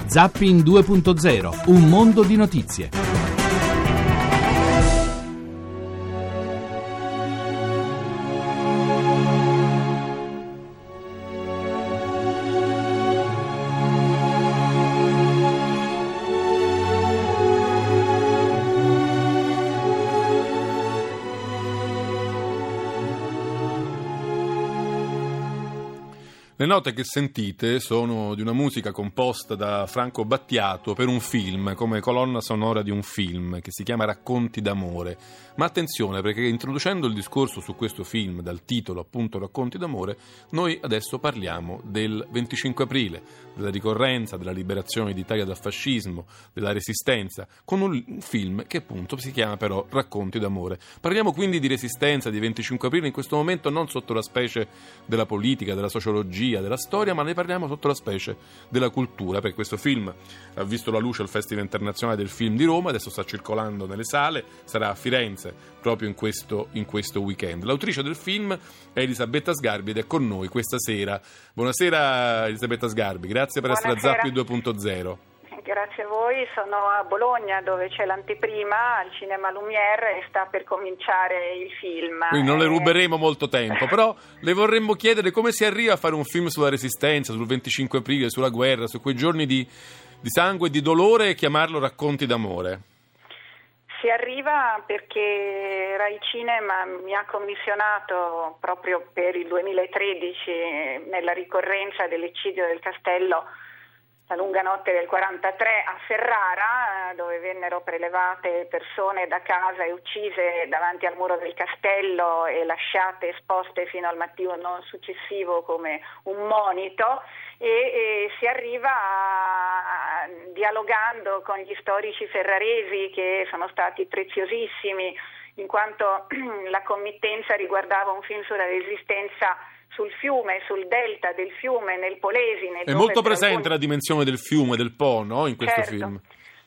Zapping 2.0, un mondo di notizie. Le note che sentite sono di una musica composta da Franco Battiato per un film, come colonna sonora di un film che si chiama Racconti d'amore. Ma attenzione, perché introducendo il discorso su questo film, dal titolo appunto Racconti d'amore, noi adesso parliamo del 25 aprile, della ricorrenza, della liberazione d'Italia dal fascismo, della resistenza, con un film che appunto si chiama però Racconti d'amore. Parliamo quindi di resistenza, di 25 aprile in questo momento non sotto la specie della politica, della sociologia, della storia, ma ne parliamo sotto la specie della cultura, perché questo film ha visto la luce al Festival Internazionale del Film di Roma, adesso sta circolando nelle sale, sarà a Firenze proprio in questo weekend. L'autrice del film è Elisabetta Sgarbi ed è con noi questa sera. Buonasera Elisabetta Sgarbi, grazie per essere a Zappi 2.0. Grazie a voi, sono a Bologna dove c'è l'anteprima al Cinema Lumière e sta per cominciare il film. Quindi non le ruberemo molto tempo, però le vorremmo chiedere come si arriva a fare un film sulla resistenza, sul 25 aprile, sulla guerra, su quei giorni di sangue e di dolore e chiamarlo Racconti d'amore. Si arriva perché Rai Cinema mi ha commissionato proprio per il 2013 nella ricorrenza dell'eccidio del Castello la lunga notte del 43 a Ferrara, dove vennero prelevate persone da casa e uccise davanti al muro del castello e lasciate esposte fino al mattino successivo come un monito, e si arriva dialogando con gli storici ferraresi che sono stati preziosissimi, in quanto la committenza riguardava un film sulla resistenza sul fiume, sul delta del fiume, nel Polesine. È molto presente la dimensione del fiume, del Po, no? In questo film.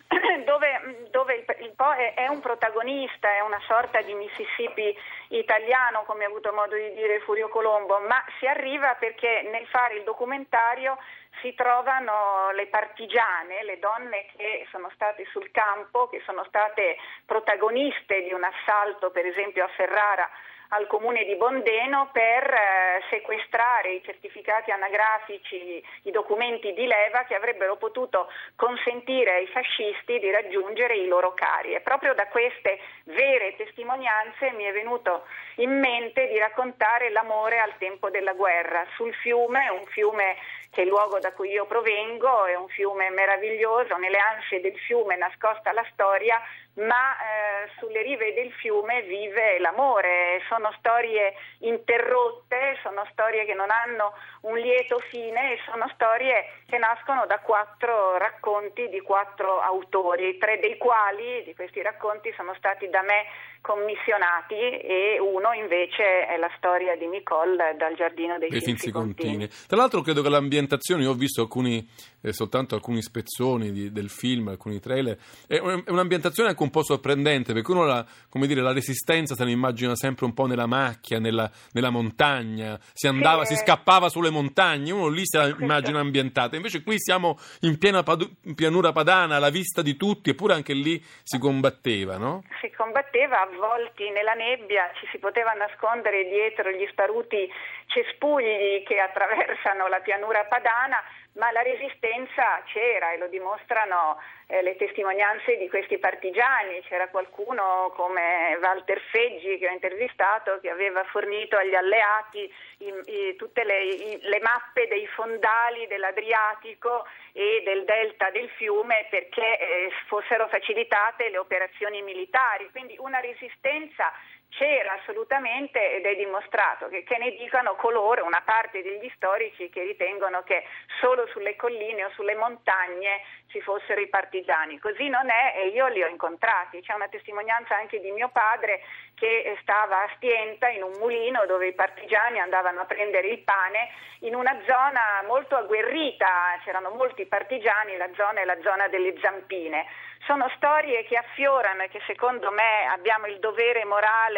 Dove il Po è un protagonista, è una sorta di Mississippi italiano, come ha avuto modo di dire Furio Colombo, ma si arriva perché nel fare il documentario si trovano le partigiane, le donne che sono state sul campo, che sono state protagoniste di un assalto, per esempio a Ferrara, al comune di Bondeno, per sequestrare i certificati anagrafici, i documenti di leva che avrebbero potuto consentire ai fascisti di raggiungere i loro cari. E proprio da queste vere testimonianze mi è venuto in mente di raccontare l'amore al tempo della guerra sul fiume, un fiume che è il luogo da cui io provengo, è un fiume meraviglioso, nelle ansie del fiume nascosta la storia, ma sulle rive del fiume vive l'amore. Sono storie interrotte, sono storie che non hanno un lieto fine e sono storie che nascono da 4 racconti di 4 autori, 3 dei quali di questi racconti sono stati da me commissionati e uno invece è la storia di Nicole dal Giardino dei Finzi Contini. Tra l'altro credo che l'ambientazione, io ho visto soltanto alcuni spezzoni del film, alcuni trailer, è un'ambientazione anche un po' sorprendente, perché uno la resistenza se ne immagina sempre un po' nella macchia, nella montagna, si scappava sulle montagne, uno lì si la immagina ambientata, invece qui siamo in piena pianura padana, alla vista di tutti, eppure anche lì si combatteva, no? Si combatteva avvolti nella nebbia, ci si poteva nascondere dietro gli sparuti cespugli che attraversano la pianura padana, ma la resistenza c'era e lo dimostrano le testimonianze di questi partigiani. C'era qualcuno come Walter Feggi, che ho intervistato, che aveva fornito agli alleati tutte le mappe dei fondali dell'Adriatico e del delta del fiume perché fossero facilitate le operazioni militari. Quindi una resistenza c'era assolutamente, ed è dimostrato che ne dicano coloro, una parte degli storici che ritengono che solo sulle colline o sulle montagne ci fossero i partigiani. Così non è, e io li ho incontrati. C'è una testimonianza anche di mio padre che stava a Stienta in un mulino dove i partigiani andavano a prendere il pane in una zona molto agguerrita, c'erano molti partigiani, la zona è la zona delle Zampine. Sono storie che affiorano e che secondo me abbiamo il dovere morale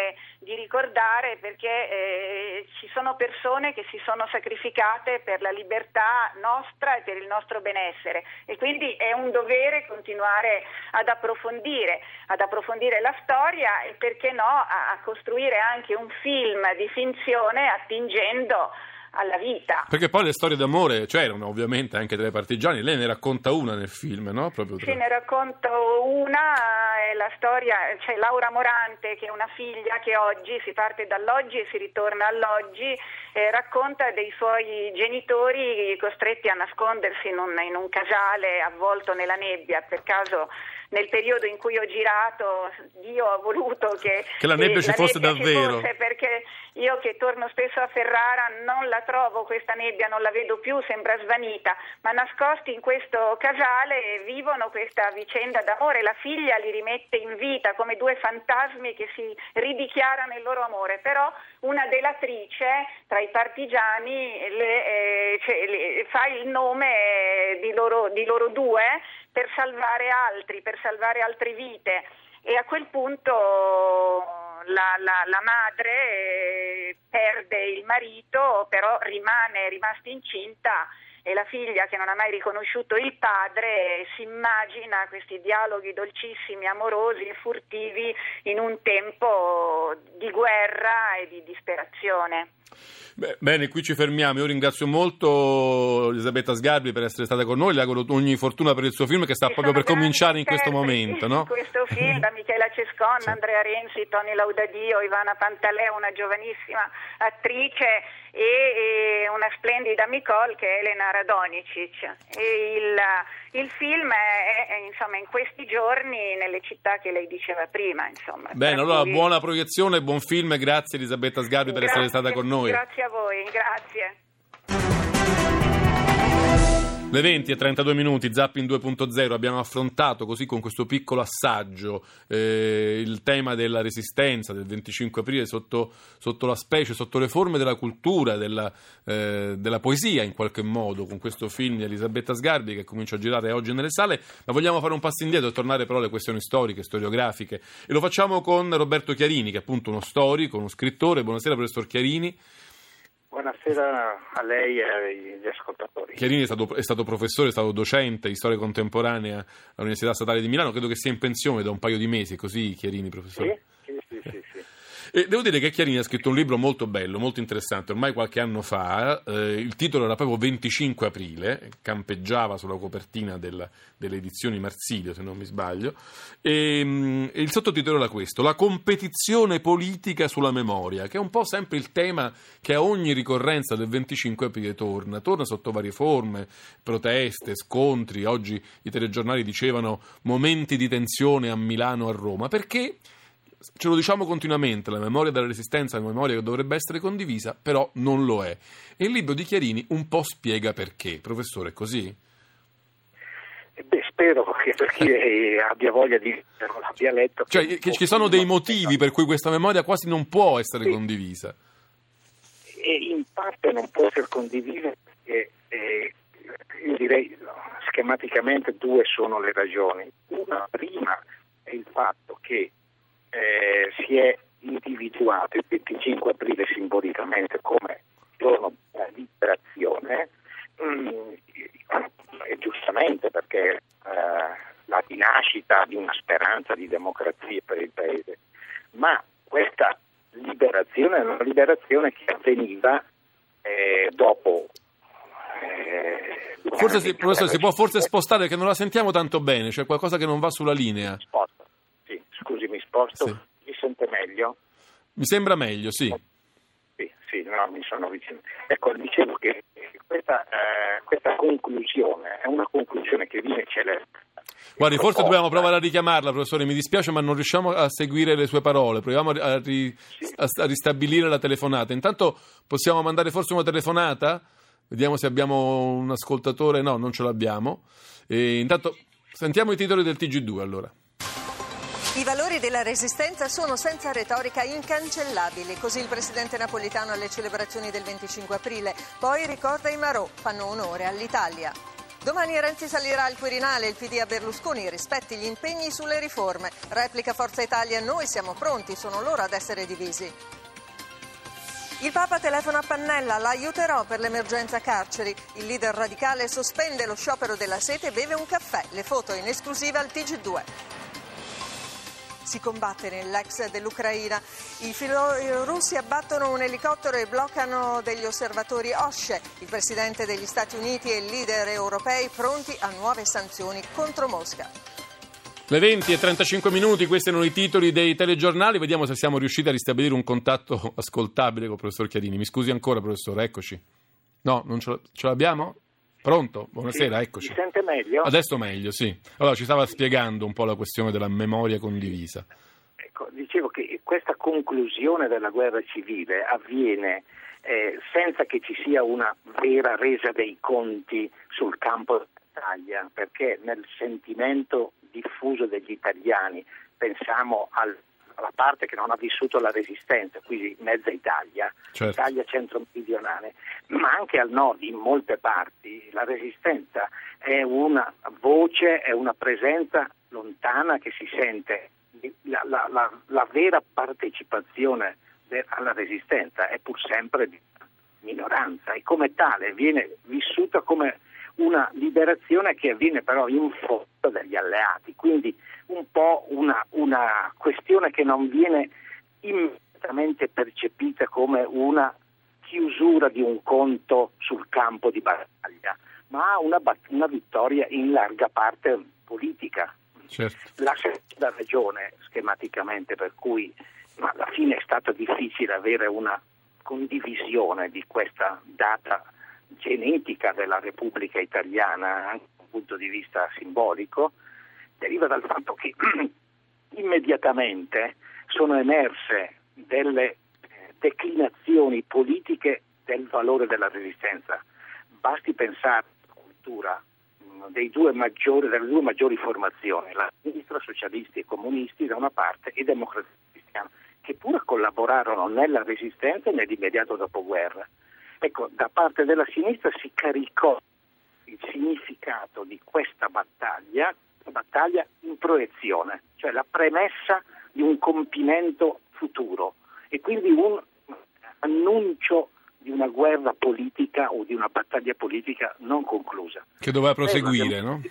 parole di ricordare, perché ci sono persone che si sono sacrificate per la libertà nostra e per il nostro benessere, e quindi è un dovere continuare ad approfondire la storia e, perché no, a costruire anche un film di finzione attingendo alla vita. Perché poi le storie d'amore c'erano ovviamente anche tra i partigiani, lei ne racconta una nel film, no? Sì, ne racconto una, è la storia, c'è Laura Morante, che è una figlia che oggi, si parte dall'oggi e si ritorna all'oggi, racconta dei suoi genitori costretti a nascondersi in un casale avvolto nella nebbia. Per caso nel periodo in cui ho girato Dio ha voluto che la nebbia ci fosse davvero, perché io che torno spesso a Ferrara non la trovo questa nebbia, non la vedo più, sembra svanita, ma nascosti in questo casale vivono questa vicenda d'amore. La figlia li rimette in vita come due fantasmi che si ridichiarano il loro amore, però una delatrice tra i partigiani fa il nome di loro due per salvare altre vite, e a quel punto la madre perde il marito, però rimane rimasta incinta, e la figlia, che non ha mai riconosciuto il padre, si immagina questi dialoghi dolcissimi, amorosi e furtivi in un tempo di guerra e di disperazione. Bene, qui ci fermiamo. Io ringrazio molto Elisabetta Sgarbi per essere stata con noi, le auguro ogni fortuna per il suo film che sta proprio per cominciare in questo momento, no? Questo film da Michela Cesconna, sì. Andrea Renzi, Toni Laudadio, Ivana Pantaleo, una giovanissima attrice, e una splendida Micol che è Elena Radonicic. E il film è insomma in questi giorni nelle città che lei diceva prima, insomma. Bene, allora buona proiezione, buon film, grazie Elisabetta Sgarbi per essere stata con noi. Grazie a voi, grazie. Le 20:32, Zapping 2.0, abbiamo affrontato così con questo piccolo assaggio il tema della resistenza del 25 aprile sotto la specie, sotto le forme della cultura, della poesia in qualche modo, con questo film di Elisabetta Sgarbi che comincia a girare oggi nelle sale, ma vogliamo fare un passo indietro e tornare però alle questioni storiche, storiografiche, e lo facciamo con Roberto Chiarini, che è appunto uno storico, uno scrittore. Buonasera professor Chiarini. Buonasera a lei e agli ascoltatori. Chiarini è stato professore, è stato docente di storia contemporanea all'Università Statale di Milano, credo che sia in pensione da un paio di mesi, così Chiarini, professore? Sì. E devo dire che Chiarini ha scritto un libro molto bello, molto interessante, ormai qualche anno fa, il titolo era proprio 25 aprile, campeggiava sulla copertina delle edizioni Marsilio, se non mi sbaglio, e il sottotitolo era questo: La competizione politica sulla memoria, che è un po' sempre il tema che a ogni ricorrenza del 25 aprile torna sotto varie forme, proteste, scontri. Oggi i telegiornali dicevano momenti di tensione a Milano, a Roma, perché ce lo diciamo continuamente, la memoria della resistenza è una memoria che dovrebbe essere condivisa, però non lo è. E il libro di Chiarini un po' spiega perché. Professore, è così? Spero che per chi abbia voglia di l'abbia letto. Cioè, che ci sono dei motivi per cui questa memoria quasi non può essere condivisa. E in parte non può essere condivisa perché io direi schematicamente due sono le ragioni. Una prima è il fatto che si è individuato il 25 aprile simbolicamente come giorno della liberazione, e giustamente, perché la rinascita di una speranza di democrazia per il paese, ma questa liberazione è una liberazione che avveniva dopo. Forse professore si può forse spostare, che non la sentiamo tanto bene, c'è qualcosa che non va sulla linea. Mi sposto, sì. Mi sente meglio? Mi sembra meglio, sì. Sì, no, mi sono vicino. Ecco, dicevo che questa conclusione è una conclusione che viene celebrata. Guardi, forse dobbiamo provare a richiamarla, professore, mi dispiace ma non riusciamo a seguire le sue parole, proviamo a ristabilire la telefonata. Intanto possiamo mandare forse una telefonata? Vediamo se abbiamo un ascoltatore. No, non ce l'abbiamo. E intanto sentiamo i titoli del TG2 allora. I valori della resistenza sono senza retorica incancellabili, così il presidente napolitano alle celebrazioni del 25 aprile. Poi ricorda i Marò, fanno onore all'Italia. Domani Renzi salirà al Quirinale, il PD a Berlusconi rispetti gli impegni sulle riforme. Replica Forza Italia, noi siamo pronti, sono loro ad essere divisi. Il Papa telefona a Pannella, la aiuterò per l'emergenza carceri. Il leader radicale sospende lo sciopero della sete e beve un caffè. Le foto in esclusiva al TG2. Si combatte nell'ex dell'Ucraina. I filorussi abbattono un elicottero e bloccano degli osservatori OSCE. Il presidente degli Stati Uniti e i leader europei pronti a nuove sanzioni contro Mosca. Le 20:35, questi erano i titoli dei telegiornali. Vediamo se siamo riusciti a ristabilire un contatto ascoltabile con il professor Chiarini. Mi scusi ancora, professore, eccoci. No, non ce l'abbiamo? Pronto? Buonasera, sì, eccoci. Mi sente meglio? Adesso meglio, sì. Allora, ci stava spiegando un po' la questione della memoria condivisa. Ecco, dicevo che questa conclusione della guerra civile avviene senza che ci sia una vera resa dei conti sul campo di battaglia, perché nel sentimento diffuso degli italiani, pensiamo alla parte che non ha vissuto la resistenza, quindi mezza Italia, certo. Italia centro-meridionale, ma anche al nord, in molte parti, la resistenza è una voce, è una presenza lontana che si sente. La vera partecipazione alla resistenza è pur sempre di minoranza e come tale viene vissuta come una liberazione che avviene però in fondo dagli alleati, quindi un po' una questione che non viene immediatamente percepita come una chiusura di un conto sul campo di battaglia, ma una vittoria in larga parte politica. Certo. La seconda ragione schematicamente per cui alla fine è stato difficile avere una condivisione di questa data genetica della Repubblica Italiana, anche da un punto di vista simbolico, deriva dal fatto che immediatamente sono emerse delle declinazioni politiche del valore della resistenza. Basti pensare alla cultura delle due maggiori formazioni, la sinistra, socialisti e comunisti da una parte e democrazia cristiana, che pure collaborarono nella resistenza e nell'immediato dopoguerra. Ecco, da parte della sinistra si caricò il significato di questa battaglia in proiezione, cioè la premessa di un compimento futuro e quindi un annuncio di una guerra politica o di una battaglia politica non conclusa. Che doveva proseguire, no?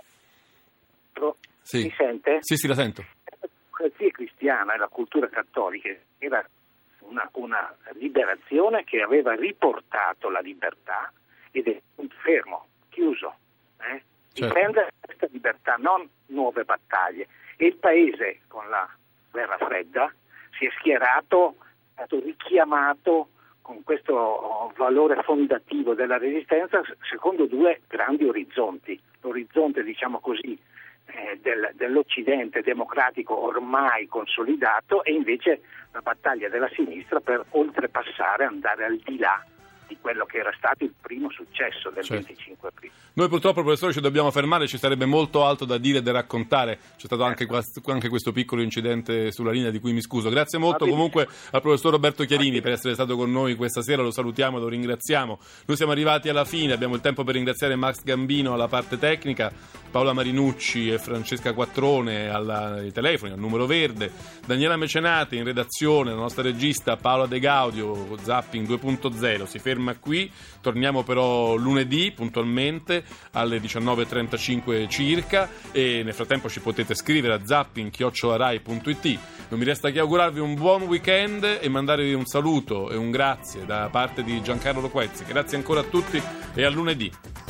Sì. Mi sente? Sì, la sento. La democrazia cristiana e la cultura cattolica era una liberazione che aveva riportato la libertà ed è un fermo, chiuso. Certo. Difendere questa libertà, non nuove battaglie. E il Paese, con la guerra fredda, si è schierato, è stato richiamato con questo valore fondativo della resistenza secondo due grandi orizzonti. L'orizzonte, diciamo così, dell'Occidente democratico ormai consolidato e invece la battaglia della sinistra per oltrepassare, andare al di là di quello che era stato il primo successo del 25 aprile. Noi purtroppo, professore, ci dobbiamo fermare, ci sarebbe molto altro da dire e da raccontare. C'è stato anche questo piccolo incidente sulla linea di cui mi scuso. Grazie molto comunque al professor Roberto Chiarini per essere stato con noi questa sera, lo salutiamo, lo ringraziamo. Noi siamo arrivati alla fine, abbiamo il tempo per ringraziare Max Gambino alla parte tecnica, Paola Marinucci e Francesca Quattrone ai telefoni, al numero verde, Daniela Mecenati in redazione, la nostra regista Paola De Gaudio, Zapping 2.0, si ferma qui, torniamo però lunedì puntualmente alle 19:35 circa e nel frattempo ci potete scrivere a zapping@rai.it. Non mi resta che augurarvi un buon weekend e mandarvi un saluto e un grazie da parte di Giancarlo Loquezzi. Grazie ancora a tutti e a lunedì.